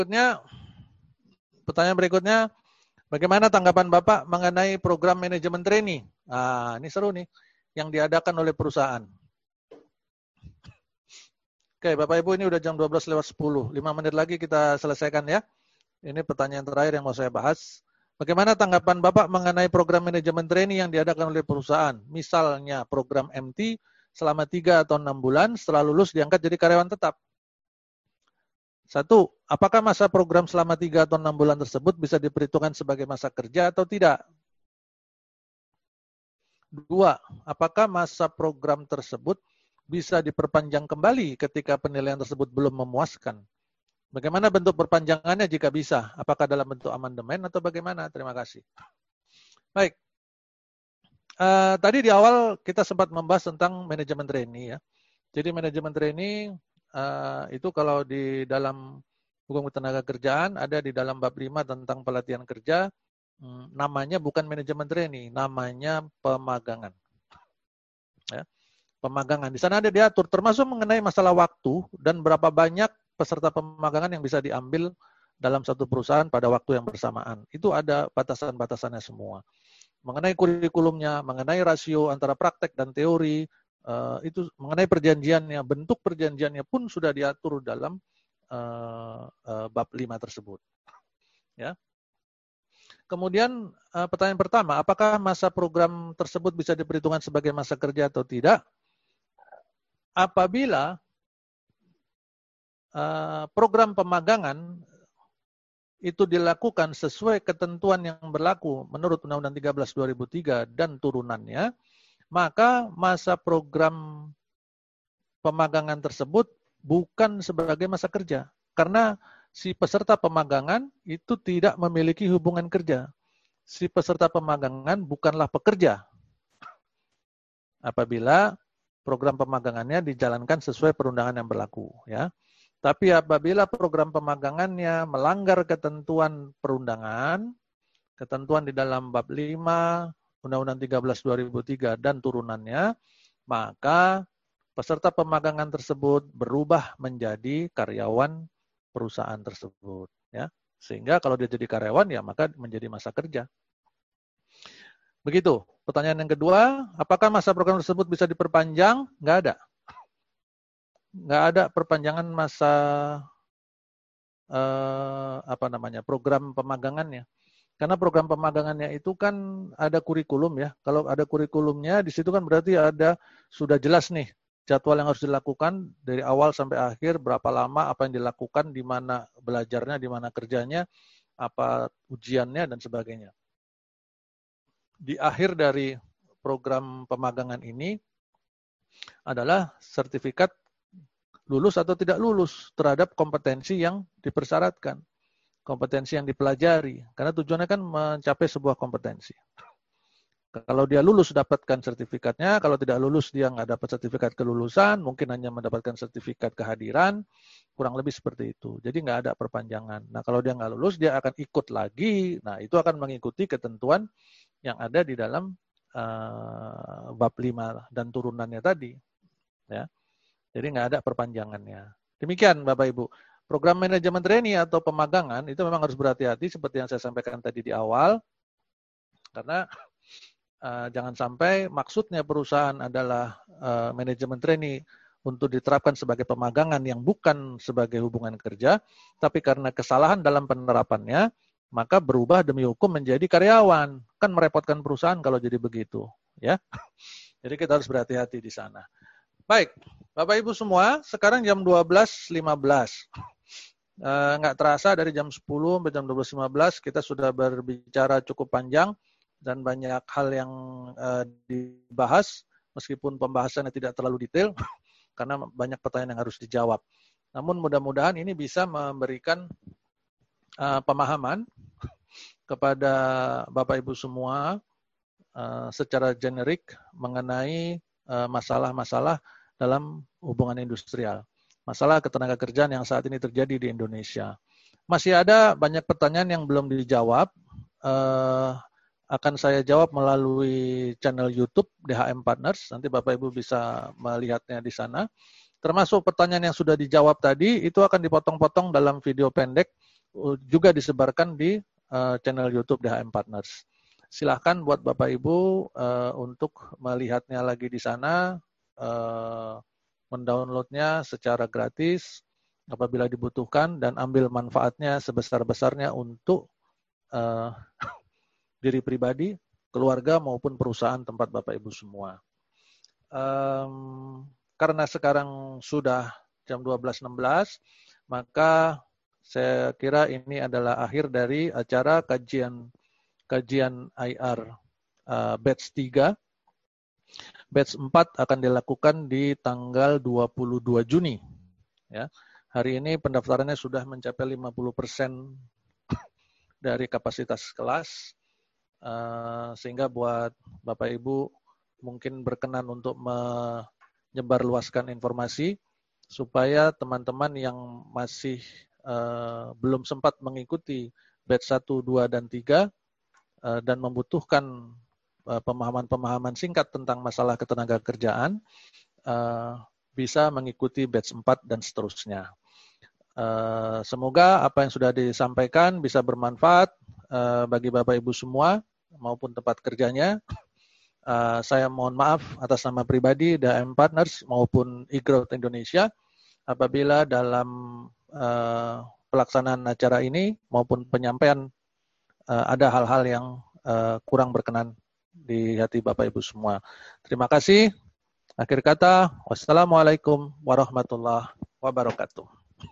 Pertanyaan berikutnya, bagaimana tanggapan Bapak mengenai program manajemen trainee? Nah, ini seru nih, yang diadakan oleh perusahaan. Oke, Bapak Ibu, ini udah jam 12:10. 5 menit lagi kita selesaikan ya. Ini pertanyaan terakhir yang mau saya bahas. Bagaimana tanggapan Bapak mengenai program manajemen trainee yang diadakan oleh perusahaan? Misalnya program MT selama 3 atau 6 bulan, setelah lulus diangkat jadi karyawan tetap. 1. Apakah masa program selama 3 atau 6 bulan tersebut bisa diperhitungkan sebagai masa kerja atau tidak? 2. Apakah masa program tersebut bisa diperpanjang kembali ketika penilaian tersebut belum memuaskan? Bagaimana bentuk perpanjangannya jika bisa? Apakah dalam bentuk amandemen atau bagaimana? Terima kasih. Baik. Tadi di awal kita sempat membahas tentang manajemen trainee ya. Jadi manajemen trainee itu kalau di dalam hukum ketenaga kerjaan ada di dalam bab 5 tentang pelatihan kerja, namanya bukan manajemen trainee, namanya pemagangan. Ya. Pemagangan. Di sana ada diatur termasuk mengenai masalah waktu dan berapa banyak peserta pemagangan yang bisa diambil dalam satu perusahaan pada waktu yang bersamaan. Itu ada batasan-batasannya semua. Mengenai kurikulumnya, mengenai rasio antara praktek dan teori, itu mengenai perjanjiannya, bentuk perjanjiannya pun sudah diatur dalam bab 5 tersebut. Ya. Kemudian pertanyaan pertama, apakah masa program tersebut bisa diperhitungkan sebagai masa kerja atau tidak? Apabila program pemagangan itu dilakukan sesuai ketentuan yang berlaku menurut Undang-Undang 13/2003 dan turunannya, maka masa program pemagangan tersebut bukan sebagai masa kerja. Karena si peserta pemagangan itu tidak memiliki hubungan kerja. Si peserta pemagangan bukanlah pekerja. Apabila program pemagangannya dijalankan sesuai perundangan yang berlaku, ya. Tapi apabila program pemagangannya melanggar ketentuan perundangan, ketentuan di dalam bab 5 Undang-Undang 13/2003 dan turunannya, maka peserta pemagangan tersebut berubah menjadi karyawan perusahaan tersebut, ya. Sehingga kalau dia jadi karyawan ya maka menjadi masa kerja. Begitu. Pertanyaan yang kedua, apakah masa program tersebut bisa diperpanjang? Nggak ada. Nggak ada perpanjangan masa program pemagangannya. Karena program pemagangannya itu kan ada kurikulum ya. Kalau ada kurikulumnya di situ kan berarti sudah jelas nih jadwal yang harus dilakukan dari awal sampai akhir, berapa lama, apa yang dilakukan, di mana belajarnya, di mana kerjanya, apa ujiannya dan sebagainya. Di akhir dari program pemagangan ini adalah sertifikat lulus atau tidak lulus terhadap kompetensi yang dipersyaratkan, kompetensi yang dipelajari, karena tujuannya kan mencapai sebuah kompetensi. Kalau dia lulus dapatkan sertifikatnya, kalau tidak lulus dia nggak dapat sertifikat kelulusan, mungkin hanya mendapatkan sertifikat kehadiran, kurang lebih seperti itu. Jadi nggak ada perpanjangan. Nah kalau dia nggak lulus, dia akan ikut lagi. Nah itu akan mengikuti ketentuan yang ada di dalam bab 5 dan turunannya tadi. Ya. Jadi nggak ada perpanjangannya. Demikian Bapak Ibu. Program manajemen trainee atau pemagangan itu memang harus berhati-hati seperti yang saya sampaikan tadi di awal. Karena jangan sampai maksudnya perusahaan adalah manajemen trainee untuk diterapkan sebagai pemagangan yang bukan sebagai hubungan kerja, tapi karena kesalahan dalam penerapannya, maka berubah demi hukum menjadi karyawan. Kan merepotkan perusahaan kalau jadi begitu. Ya. Jadi kita harus berhati-hati di sana. Baik, Bapak Ibu semua, sekarang jam 12.15. Nggak terasa dari jam 10 sampai jam 12.15 kita sudah berbicara cukup panjang dan banyak hal yang dibahas, meskipun pembahasannya tidak terlalu detail, karena banyak pertanyaan yang harus dijawab. Namun mudah-mudahan ini bisa memberikan pemahaman kepada Bapak Ibu semua secara generik mengenai masalah-masalah dalam hubungan industrial. Masalah ketenaga kerjaan yang saat ini terjadi di Indonesia. Masih ada banyak pertanyaan yang belum dijawab. Akan saya jawab melalui channel YouTube DHM Partners. Nanti Bapak Ibu bisa melihatnya di sana. Termasuk pertanyaan yang sudah dijawab tadi, itu akan dipotong-potong dalam video pendek juga disebarkan di channel YouTube DHM Partners. Silahkan buat Bapak Ibu untuk melihatnya lagi di sana, mendownloadnya secara gratis apabila dibutuhkan dan ambil manfaatnya sebesar-besarnya untuk diri pribadi, keluarga maupun perusahaan tempat Bapak Ibu semua. Karena sekarang sudah jam 12.16, maka saya kira ini adalah akhir dari acara kajian IR batch 3. Batch 4 akan dilakukan di tanggal 22 Juni. Ya. Hari ini pendaftarannya sudah mencapai 50% dari kapasitas kelas, sehingga buat Bapak Ibu mungkin berkenan untuk menyebarluaskan informasi supaya teman-teman yang masih belum sempat mengikuti batch 1, 2, dan 3 dan membutuhkan pemahaman-pemahaman singkat tentang masalah ketenaga kerjaan bisa mengikuti batch 4 dan seterusnya. Semoga apa yang sudah disampaikan bisa bermanfaat bagi Bapak Ibu semua maupun tempat kerjanya. Saya mohon maaf atas nama pribadi DHM Partners maupun eGrowth Indonesia apabila dalam pelaksanaan acara ini maupun penyampaian ada hal-hal yang kurang berkenan di hati Bapak Ibu semua. Terima kasih. Akhir kata, wassalamualaikum warahmatullahi wabarakatuh.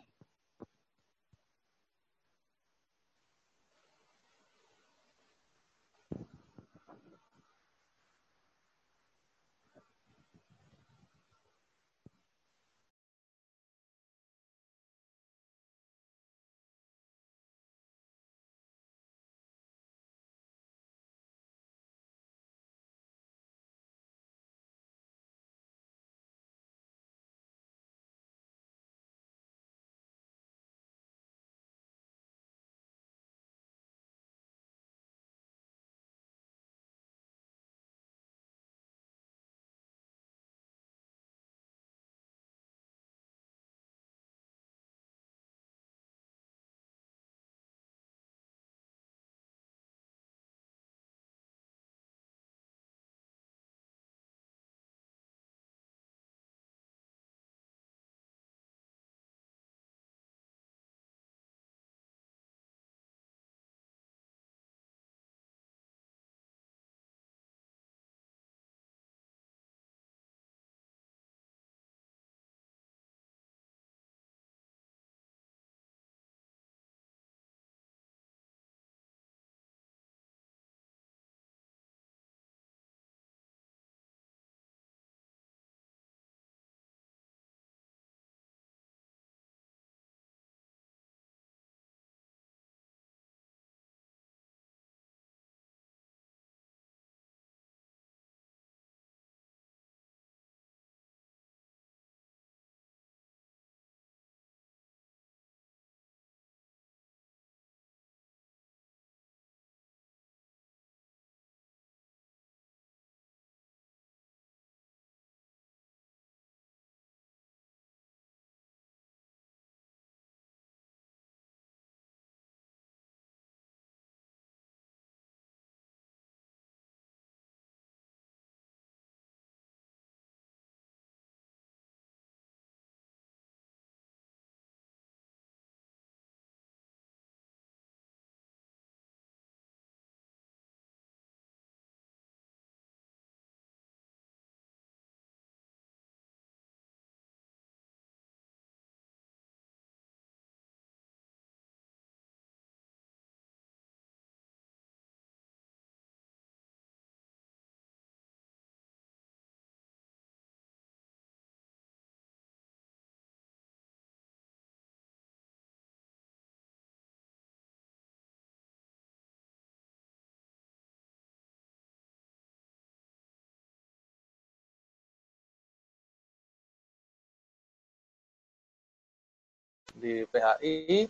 Di PHI,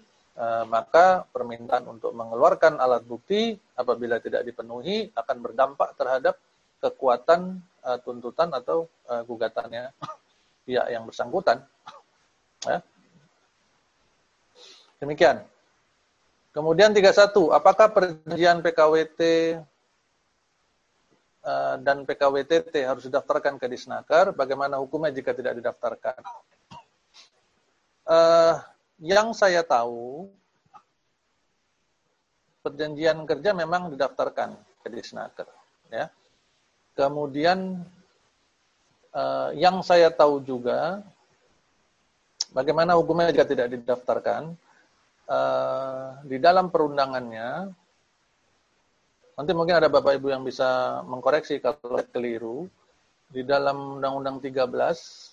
maka permintaan untuk mengeluarkan alat bukti apabila tidak dipenuhi akan berdampak terhadap kekuatan tuntutan atau gugatannya pihak yang bersangkutan. Ya. Demikian. Kemudian 31, apakah perjanjian PKWT dan PKWTT harus didaftarkan ke Disnaker? Bagaimana hukumnya jika tidak didaftarkan? Yang saya tahu, perjanjian kerja memang didaftarkan ke Disnaker. Ya. Kemudian yang saya tahu juga, bagaimana hukumnya jika tidak didaftarkan, di dalam perundangannya, nanti mungkin ada Bapak Ibu yang bisa mengkoreksi kalau keliru, di dalam Undang-Undang 13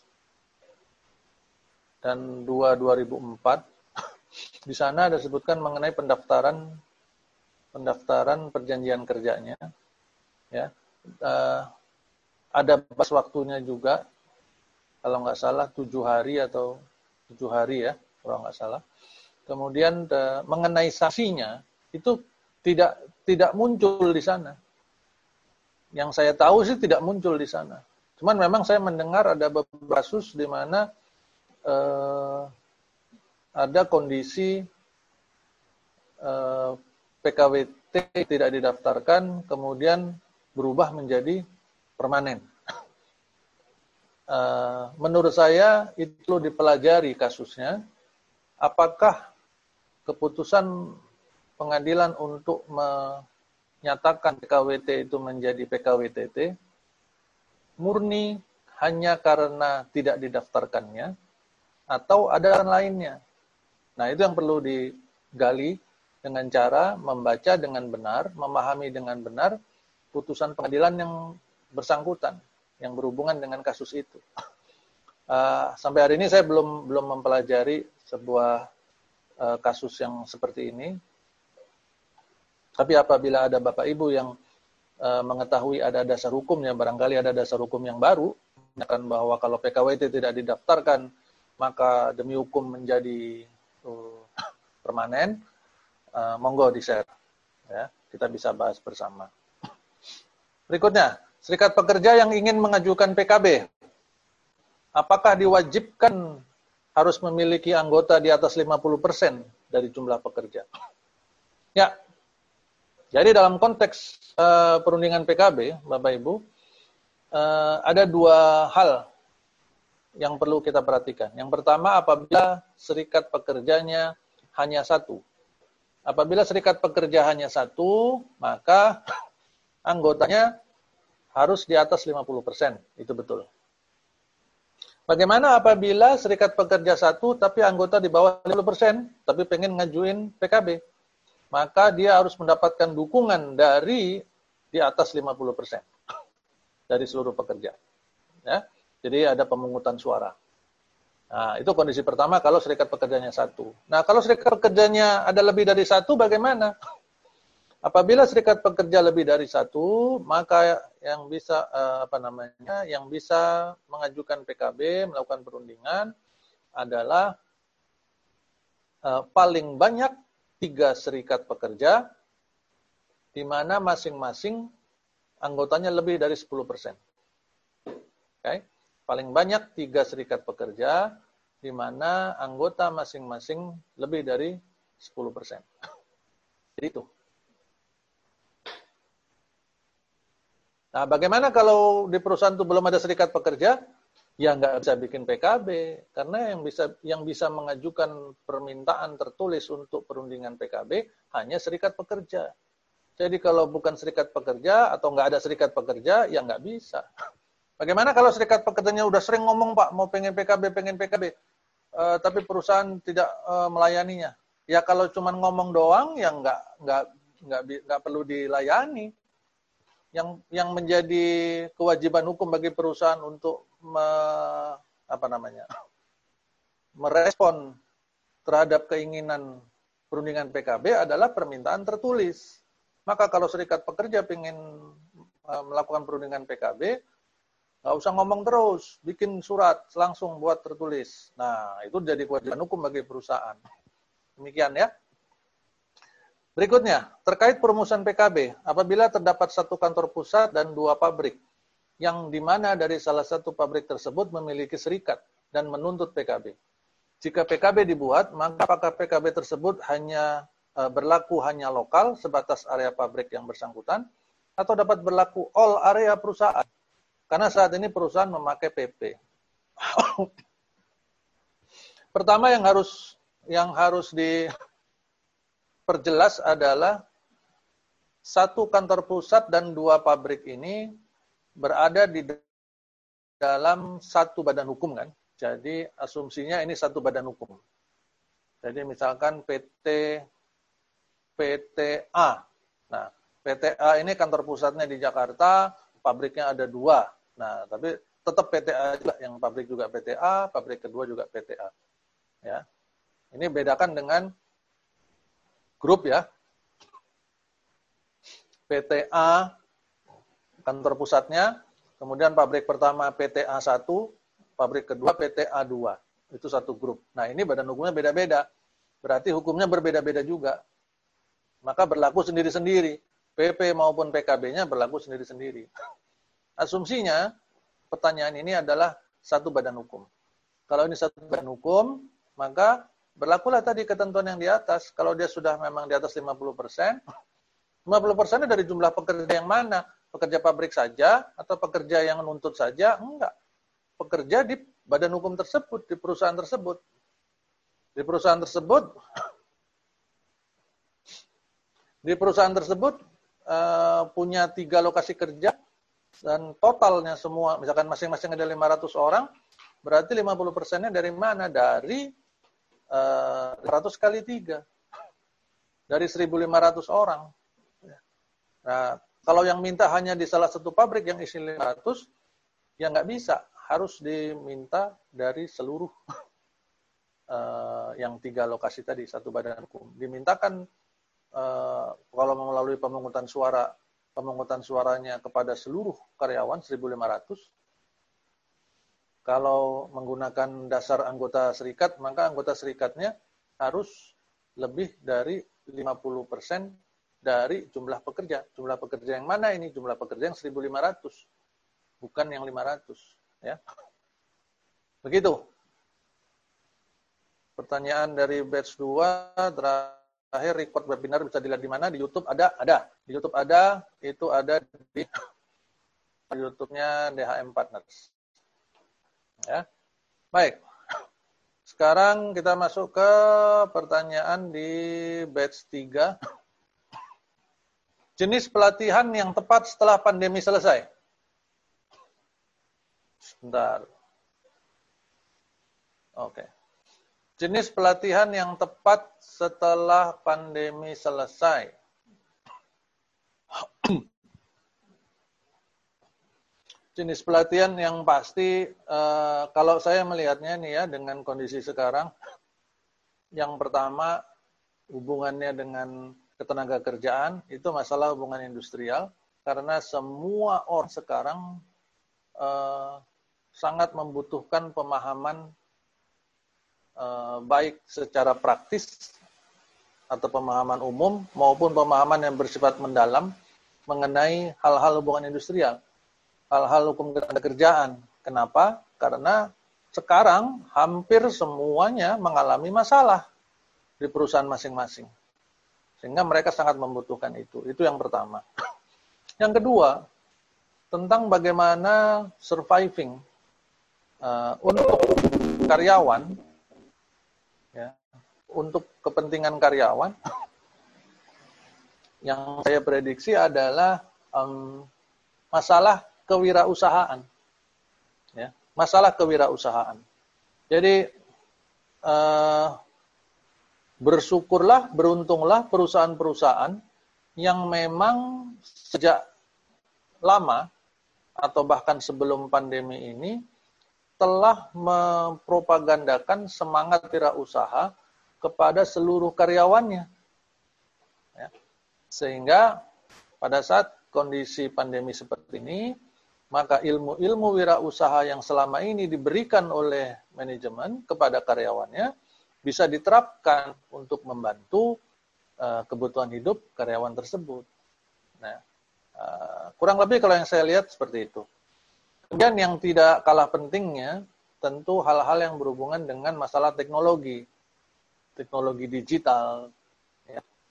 dan 2004, di sana ada sebutkan mengenai pendaftaran perjanjian kerjanya. Ya, ada batas waktunya juga, kalau nggak salah 7 hari atau 7 hari ya, kalau nggak salah. Kemudian mengenai sanksinya itu tidak muncul di sana. Yang saya tahu sih tidak muncul di sana. Cuman memang saya mendengar ada beberapa kasus di mana ada kondisi PKWT tidak didaftarkan, kemudian berubah menjadi permanen. Menurut saya itu perlu dipelajari kasusnya. Apakah keputusan pengadilan untuk menyatakan PKWT itu menjadi PKWTT murni hanya karena tidak didaftarkannya atau ada lainnya. Nah, itu yang perlu digali dengan cara membaca dengan benar, memahami dengan benar putusan pengadilan yang bersangkutan, yang berhubungan dengan kasus itu. Sampai hari ini saya belum mempelajari sebuah kasus yang seperti ini. Tapi apabila ada Bapak Ibu yang mengetahui ada dasar hukumnya, barangkali ada dasar hukum yang baru, menyatakan bahwa kalau PKWT tidak didaftarkan, maka demi hukum menjadi permanen, monggo di-share. Ya, kita bisa bahas bersama. Berikutnya, serikat pekerja yang ingin mengajukan PKB, apakah diwajibkan harus memiliki anggota di atas 50% dari jumlah pekerja? Ya, jadi dalam konteks perundingan PKB, Bapak Ibu, ada dua hal yang perlu kita perhatikan. Yang pertama, apabila serikat pekerjanya hanya satu. Apabila serikat pekerja hanya satu, maka anggotanya harus di atas 50%. Itu betul. Bagaimana apabila serikat pekerja satu, tapi anggota di bawah 50%, tapi pengen ngajuin PKB? Maka dia harus mendapatkan dukungan dari di atas 50% dari seluruh pekerja. Ya, jadi ada pemungutan suara. Nah, itu kondisi pertama kalau serikat pekerjanya satu. Nah, kalau serikat pekerjanya ada lebih dari satu, bagaimana? Apabila serikat pekerja lebih dari satu, maka yang bisa yang bisa mengajukan PKB, melakukan perundingan adalah paling banyak 3 serikat pekerja, di mana masing-masing anggotanya lebih dari 10%. Okay? Paling banyak 3 serikat pekerja, di mana anggota masing-masing lebih dari 10%. Jadi itu. Nah, bagaimana kalau di perusahaan itu belum ada serikat pekerja? Ya nggak bisa bikin PKB, karena yang bisa mengajukan permintaan tertulis untuk perundingan PKB hanya serikat pekerja. Jadi kalau bukan serikat pekerja atau nggak ada serikat pekerja, ya nggak bisa. Bagaimana kalau serikat pekerjanya udah sering ngomong, Pak, mau pengen PKB, tapi perusahaan tidak melayaninya? Ya kalau cuma ngomong doang, ya nggak perlu dilayani. Yang menjadi kewajiban hukum bagi perusahaan untuk merespon terhadap keinginan perundingan PKB adalah permintaan tertulis. Maka kalau serikat pekerja ingin melakukan perundingan PKB, nggak usah ngomong terus, bikin surat langsung buat tertulis. Nah, itu jadi kewajiban hukum bagi perusahaan. Demikian ya. Berikutnya, terkait perumusan PKB, apabila terdapat 1 kantor pusat dan 2 pabrik, yang dimana dari salah satu pabrik tersebut memiliki serikat dan menuntut PKB. Jika PKB dibuat, maka apakah PKB tersebut hanya berlaku hanya lokal sebatas area pabrik yang bersangkutan, atau dapat berlaku all area perusahaan. Karena saat ini perusahaan memakai PP. Pertama yang harus diperjelas adalah satu kantor pusat dan dua pabrik ini berada di dalam satu badan hukum kan. Jadi asumsinya ini satu badan hukum. Jadi misalkan PTA. Nah, PTA ini kantor pusatnya di Jakarta, pabriknya ada 2. Nah, tapi tetap PTA juga, yang pabrik juga PTA, pabrik kedua juga PTA. Ya. Ini bedakan dengan grup ya. PTA kantor pusatnya, kemudian pabrik pertama PTA 1, pabrik kedua PTA 2. Itu satu grup. Nah, ini badan hukumnya beda-beda. Berarti hukumnya berbeda-beda juga. Maka berlaku sendiri-sendiri. PP maupun PKB-nya berlaku sendiri-sendiri. Asumsinya, pertanyaan ini adalah satu badan hukum. Kalau ini satu badan hukum, maka berlakulah tadi ketentuan yang di atas. Kalau dia sudah memang di atas 50%, 50%-nya dari jumlah pekerja yang mana? Pekerja pabrik saja atau pekerja yang nuntut saja? Enggak. Pekerja di badan hukum tersebut, di perusahaan tersebut. Di perusahaan tersebut punya 3 lokasi kerja dan totalnya semua, misalkan masing-masing ada 500 orang, berarti 50%-nya dari mana? Dari 100 kali 3. Dari 1.500 orang. Nah, kalau yang minta hanya di salah satu pabrik yang isi 500, ya nggak bisa. Harus diminta dari seluruh yang 3 lokasi tadi, satu badan hukum. Dimintakan kalau melalui pemungutan suaranya kepada seluruh karyawan 1.500. Kalau menggunakan dasar anggota serikat, maka anggota serikatnya harus lebih dari 50% dari jumlah pekerja. Jumlah pekerja yang mana ini? Jumlah pekerja yang 1.500, bukan yang 500. Ya. Begitu. Pertanyaan dari batch 2 terakhir, record webinar bisa dilihat di mana? Di YouTube ada. Di YouTube ada, itu ada di YouTube-nya DHM Partners. Ya. Baik. Sekarang kita masuk ke pertanyaan di batch 3. Jenis pelatihan yang tepat setelah pandemi selesai. Sebentar. Oke. Jenis pelatihan yang tepat setelah pandemi selesai. Jenis pelatihan yang pasti, kalau saya melihatnya nih ya, dengan kondisi sekarang, yang pertama hubungannya dengan ketenaga kerjaan, itu masalah hubungan industrial, karena semua orang sekarang sangat membutuhkan pemahaman baik secara praktis atau pemahaman umum maupun pemahaman yang bersifat mendalam mengenai hal-hal hubungan industrial, hal-hal hukum ketenaga kerjaan. Kenapa? Karena sekarang hampir semuanya mengalami masalah di perusahaan masing-masing. Sehingga mereka sangat membutuhkan itu. Itu yang pertama. Yang kedua, tentang bagaimana surviving untuk karyawan, ya, untuk kepentingan karyawan, yang saya prediksi adalah masalah kewirausahaan. Ya, masalah kewirausahaan. Jadi, bersyukurlah, beruntunglah perusahaan-perusahaan yang memang sejak lama atau bahkan sebelum pandemi ini telah mempropagandakan semangat wirausaha kepada seluruh karyawannya. Ya. Sehingga pada saat kondisi pandemi seperti ini, maka ilmu-ilmu wirausaha yang selama ini diberikan oleh manajemen kepada karyawannya bisa diterapkan untuk membantu kebutuhan hidup karyawan tersebut. Nah, kurang lebih kalau yang saya lihat seperti itu. Kemudian yang tidak kalah pentingnya, tentu hal-hal yang berhubungan dengan masalah teknologi digital. Ya.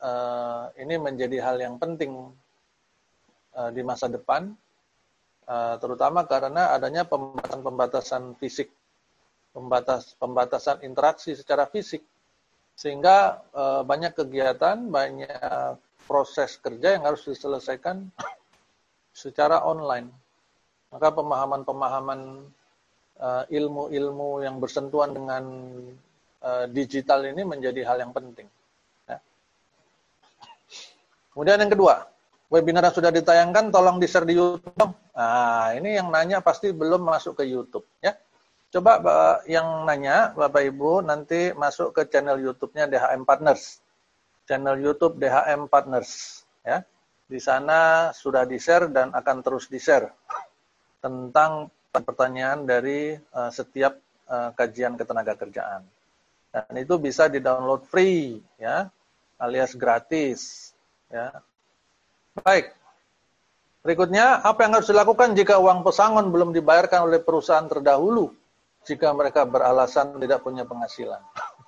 ini menjadi hal yang penting di masa depan, terutama karena adanya pembatasan fisik, pembatasan interaksi secara fisik, sehingga banyak kegiatan, banyak proses kerja yang harus diselesaikan secara online. Maka pemahaman-pemahaman ilmu-ilmu yang bersentuhan dengan digital ini menjadi hal yang penting. Ya. Kemudian yang kedua, webinar yang sudah ditayangkan tolong di-share di YouTube. Nah, ini yang nanya pasti belum masuk ke YouTube, ya. Coba yang nanya, Bapak Ibu, nanti masuk ke channel YouTube-nya DHM Partners. Channel YouTube DHM Partners, ya. Di sana sudah di-share dan akan terus di-share tentang pertanyaan dari setiap kajian ketenagakerjaan. Dan itu bisa di-download free, ya, alias gratis, ya. Baik. Berikutnya, apa yang harus dilakukan jika uang pesangon belum dibayarkan oleh perusahaan terdahulu jika mereka beralasan tidak punya penghasilan?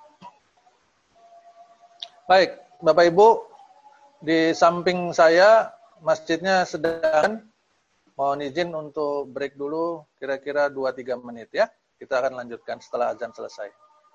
Baik, Bapak Ibu, di samping saya masjidnya sedang, mohon izin untuk break dulu kira-kira 2-3 menit ya. Kita akan lanjutkan setelah azan selesai.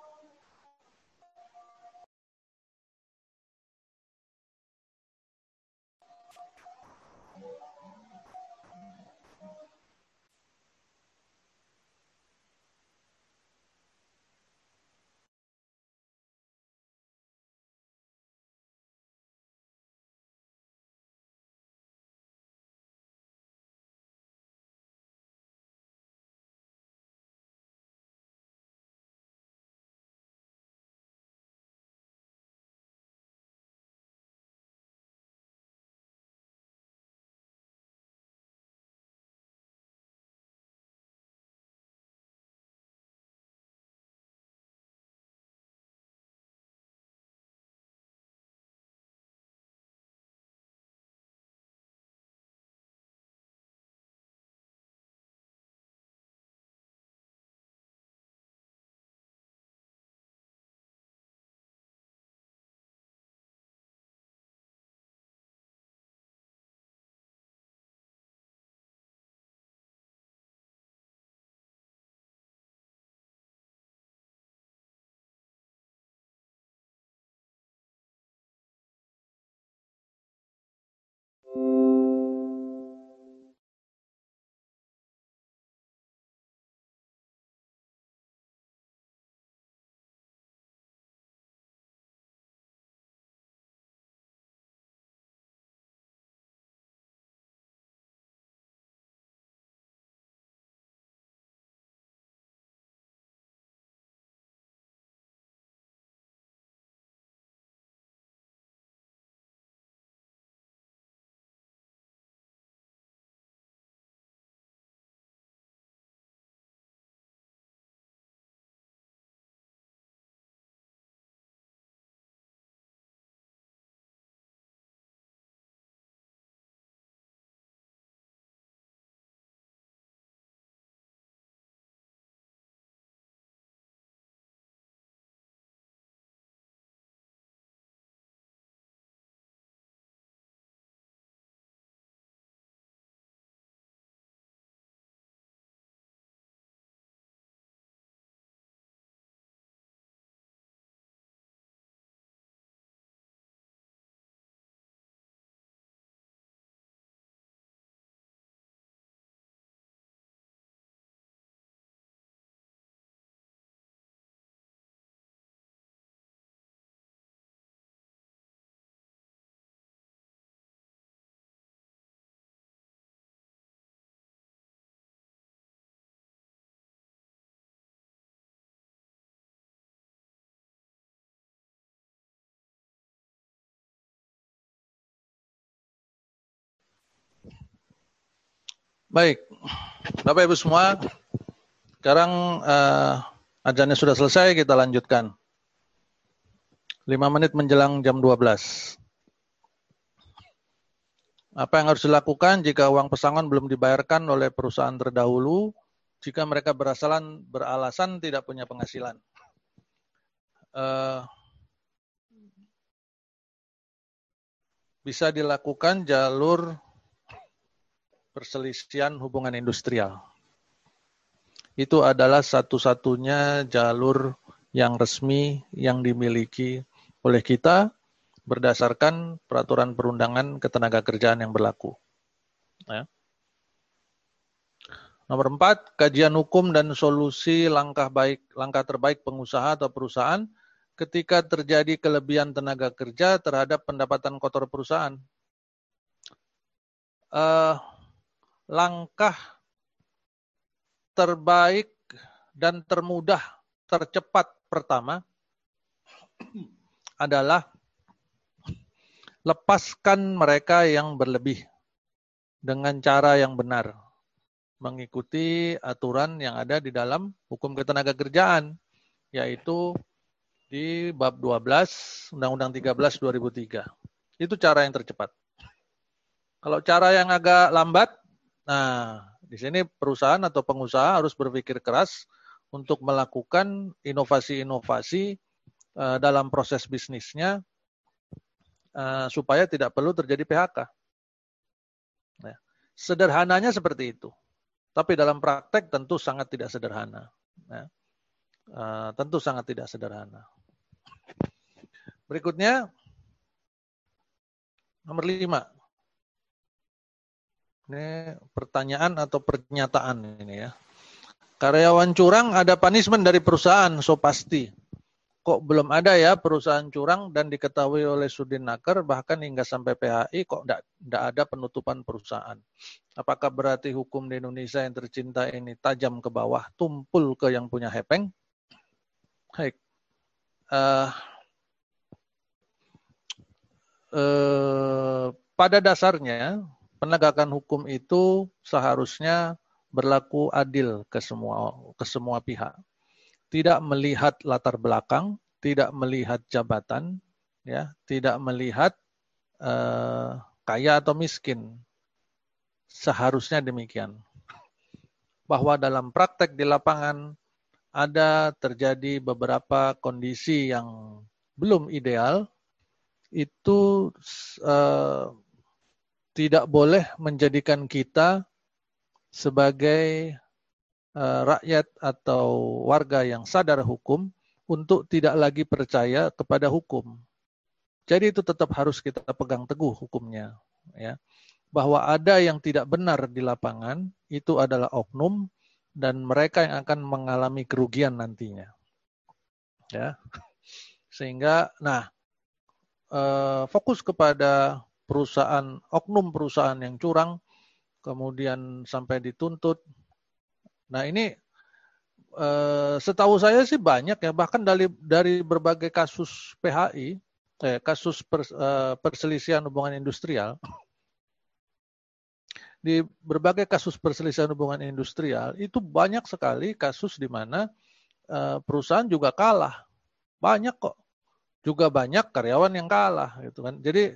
Baik, Bapak Ibu semua, sekarang azannya sudah selesai, kita lanjutkan. 5 menit menjelang jam 12. Apa yang harus dilakukan jika uang pesangon belum dibayarkan oleh perusahaan terdahulu jika mereka beralasan tidak punya penghasilan? bisa dilakukan jalur perselisihan hubungan industrial. Itu adalah satu-satunya jalur yang resmi yang dimiliki oleh kita berdasarkan peraturan perundangan ketenagakerjaan yang berlaku. Ya. Nomor 4, kajian hukum dan solusi langkah terbaik pengusaha atau perusahaan ketika terjadi kelebihan tenaga kerja terhadap pendapatan kotor perusahaan. Langkah terbaik dan termudah, tercepat pertama adalah lepaskan mereka yang berlebih dengan cara yang benar, mengikuti aturan yang ada di dalam hukum ketenagakerjaan, yaitu di bab 12 Undang-Undang 13 2003. Itu cara yang tercepat. Kalau cara yang agak lambat, nah di sini perusahaan atau pengusaha harus berpikir keras untuk melakukan inovasi-inovasi dalam proses bisnisnya supaya tidak perlu terjadi PHK. Nah, sederhananya seperti itu. Tapi dalam praktek tentu sangat tidak sederhana. Nah, tentu sangat tidak sederhana. Berikutnya, nomor 5. Ini pertanyaan atau pernyataan ini ya. Karyawan curang ada punishment dari perusahaan, so pasti. Kok belum ada ya perusahaan curang dan diketahui oleh Sudinaker, bahkan hingga sampai PHI, kok tidak ada penutupan perusahaan. Apakah berarti hukum di Indonesia yang tercinta ini tajam ke bawah, tumpul ke yang punya hepeng? Baik. Pada dasarnya, penegakan hukum itu seharusnya berlaku adil ke semua pihak. Tidak melihat latar belakang, tidak melihat jabatan, ya, tidak melihat kaya atau miskin. Seharusnya demikian. Bahwa dalam praktek di lapangan ada terjadi beberapa kondisi yang belum ideal, itu tidak boleh menjadikan kita sebagai rakyat atau warga yang sadar hukum untuk tidak lagi percaya kepada hukum. Jadi itu tetap harus kita pegang teguh hukumnya, ya. Bahwa ada yang tidak benar di lapangan itu adalah oknum dan mereka yang akan mengalami kerugian nantinya, ya. Sehingga, fokus kepada oknum perusahaan yang curang, kemudian sampai dituntut. Nah ini setahu saya sih banyak ya, bahkan dari berbagai kasus PHI, kasus perselisihan hubungan industrial, di berbagai kasus perselisihan hubungan industrial itu banyak sekali kasus di mana perusahaan juga kalah, banyak kok, juga banyak karyawan yang kalah, gitu kan. Jadi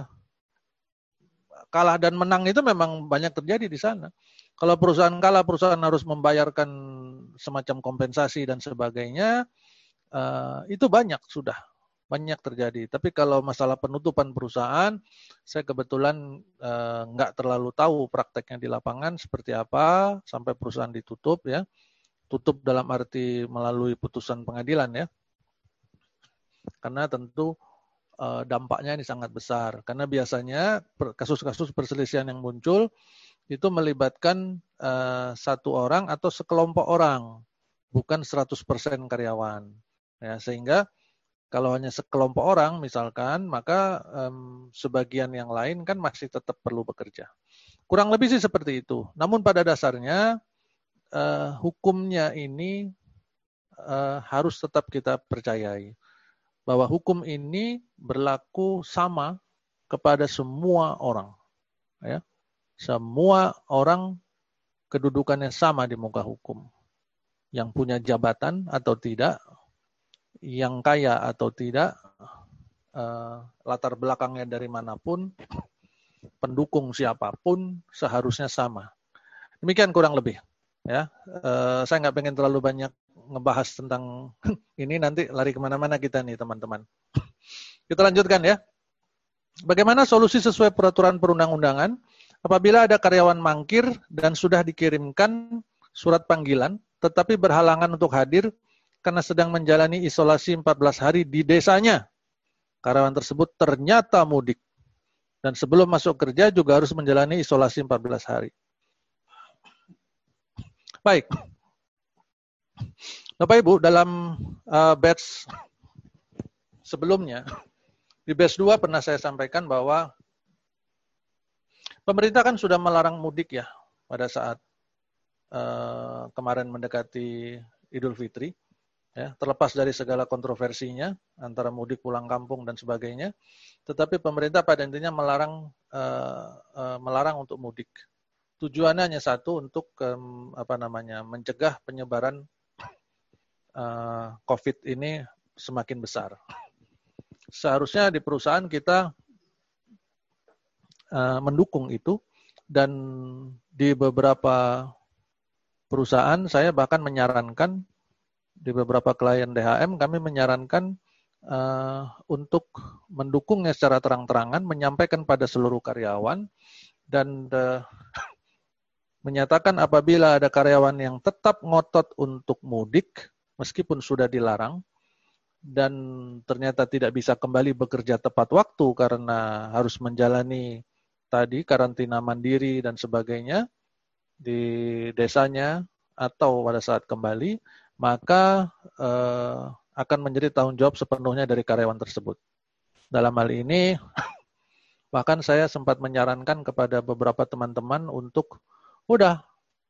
kalah dan menang itu memang banyak terjadi di sana. Kalau perusahaan kalah, perusahaan harus membayarkan semacam kompensasi dan sebagainya. Itu banyak terjadi. Tapi kalau masalah penutupan perusahaan, saya kebetulan nggak terlalu tahu prakteknya di lapangan seperti apa sampai perusahaan ditutup, ya. Tutup dalam arti melalui putusan pengadilan, ya. Karena tentu dampaknya ini sangat besar. Karena biasanya kasus-kasus perselisihan yang muncul itu melibatkan satu orang atau sekelompok orang, bukan 100% karyawan. Ya, sehingga kalau hanya sekelompok orang misalkan, maka sebagian yang lain kan masih tetap perlu bekerja. Kurang lebih sih seperti itu. Namun pada dasarnya hukumnya ini harus tetap kita percayai. Bahwa hukum ini berlaku sama kepada semua orang. Ya. Semua orang kedudukannya sama di muka hukum. Yang punya jabatan atau tidak, yang kaya atau tidak, latar belakangnya dari manapun, pendukung siapapun seharusnya sama. Demikian kurang lebih. Ya, saya nggak pengen terlalu banyak ngebahas tentang ini, nanti lari kemana-mana kita nih teman-teman. Kita lanjutkan ya. Bagaimana solusi sesuai peraturan perundang-undangan? Apabila ada karyawan mangkir dan sudah dikirimkan surat panggilan, tetapi berhalangan untuk hadir karena sedang menjalani isolasi 14 hari di desanya. Karyawan tersebut ternyata mudik. Dan sebelum masuk kerja juga harus menjalani isolasi 14 hari. Baik. Bapak Ibu, dalam batch sebelumnya, di batch 2 pernah saya sampaikan bahwa pemerintah kan sudah melarang mudik ya pada saat kemarin mendekati Idul Fitri. Ya, terlepas dari segala kontroversinya antara mudik pulang kampung dan sebagainya, tetapi pemerintah pada intinya melarang untuk mudik. Tujuannya hanya satu, untuk mencegah penyebaran COVID ini semakin besar. Seharusnya di perusahaan kita mendukung itu, dan di beberapa perusahaan saya bahkan menyarankan, di beberapa klien DHM kami menyarankan untuk mendukungnya secara terang-terangan, menyampaikan pada seluruh karyawan, dan menyatakan apabila ada karyawan yang tetap ngotot untuk mudik, meskipun sudah dilarang, dan ternyata tidak bisa kembali bekerja tepat waktu karena harus menjalani tadi karantina mandiri dan sebagainya di desanya atau pada saat kembali, maka akan menjadi tanggung jawab sepenuhnya dari karyawan tersebut. Dalam hal ini, bahkan saya sempat menyarankan kepada beberapa teman-teman untuk, udah,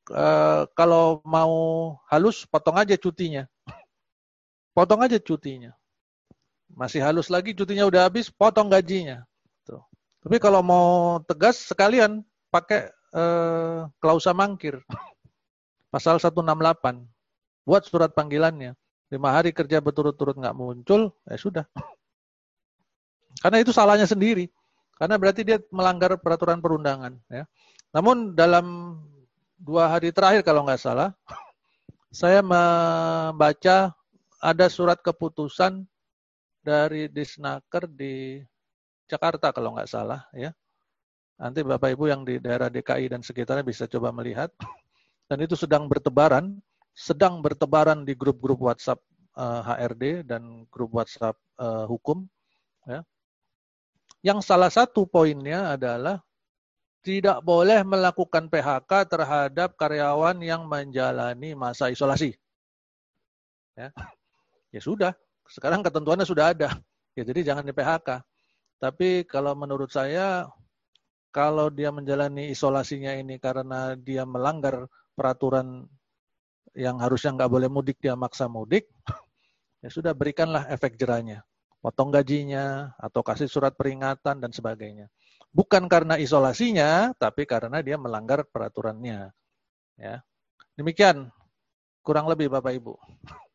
kalau mau halus, potong aja cutinya. Potong aja cutinya. Masih halus lagi, cutinya udah habis, potong gajinya. Tuh. Tapi kalau mau tegas, sekalian pakai klausa mangkir. Pasal 168. Buat surat panggilannya. 5 hari kerja berturut-turut nggak muncul, ya sudah. Karena itu salahnya sendiri. Karena berarti dia melanggar peraturan perundangan. Ya. Namun dalam 2 hari terakhir kalau nggak salah, saya membaca ada surat keputusan dari Disnaker di Jakarta kalau nggak salah. Ya. Nanti Bapak Ibu yang di daerah DKI dan sekitarnya bisa coba melihat. Dan itu sedang bertebaran di grup-grup WhatsApp HRD dan grup WhatsApp hukum. Ya. Yang salah satu poinnya adalah tidak boleh melakukan PHK terhadap karyawan yang menjalani masa isolasi. Ya, ya sudah, sekarang ketentuannya sudah ada. Ya, jadi jangan di PHK. Tapi kalau menurut saya, kalau dia menjalani isolasinya ini karena dia melanggar peraturan yang harusnya nggak boleh mudik, dia maksa mudik, ya sudah, berikanlah efek jerahnya. Potong gajinya, atau kasih surat peringatan, dan sebagainya. Bukan karena isolasinya, tapi karena dia melanggar peraturannya. Ya. Demikian, kurang lebih Bapak Ibu.